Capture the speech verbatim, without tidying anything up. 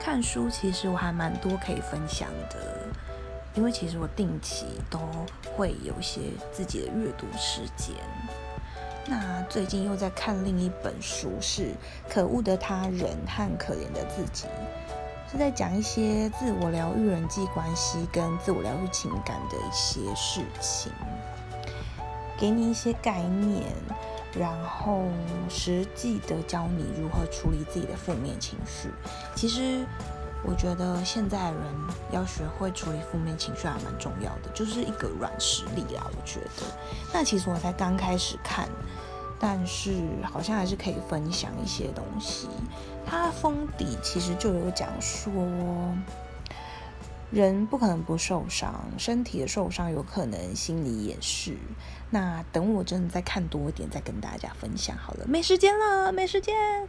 看书其实我还蛮多可以分享的，因为其实我定期都会有一些自己的阅读时间。那最近又在看另一本书，是《可恶的他人和可怜的自己》，是在讲一些自我疗愈人际关系跟自我疗愈情感的一些事情，给你一些概念，然后实际的教你如何处理自己的负面情绪。其实我觉得现在人要学会处理负面情绪还蛮重要的，就是一个软实力啦，我觉得。那其实我才刚开始看，但是好像还是可以分享一些东西。它封底其实就有讲说，人不可能不受伤，身体的受伤有可能心里也是。那等我真的再看多一点再跟大家分享好了，没时间了没时间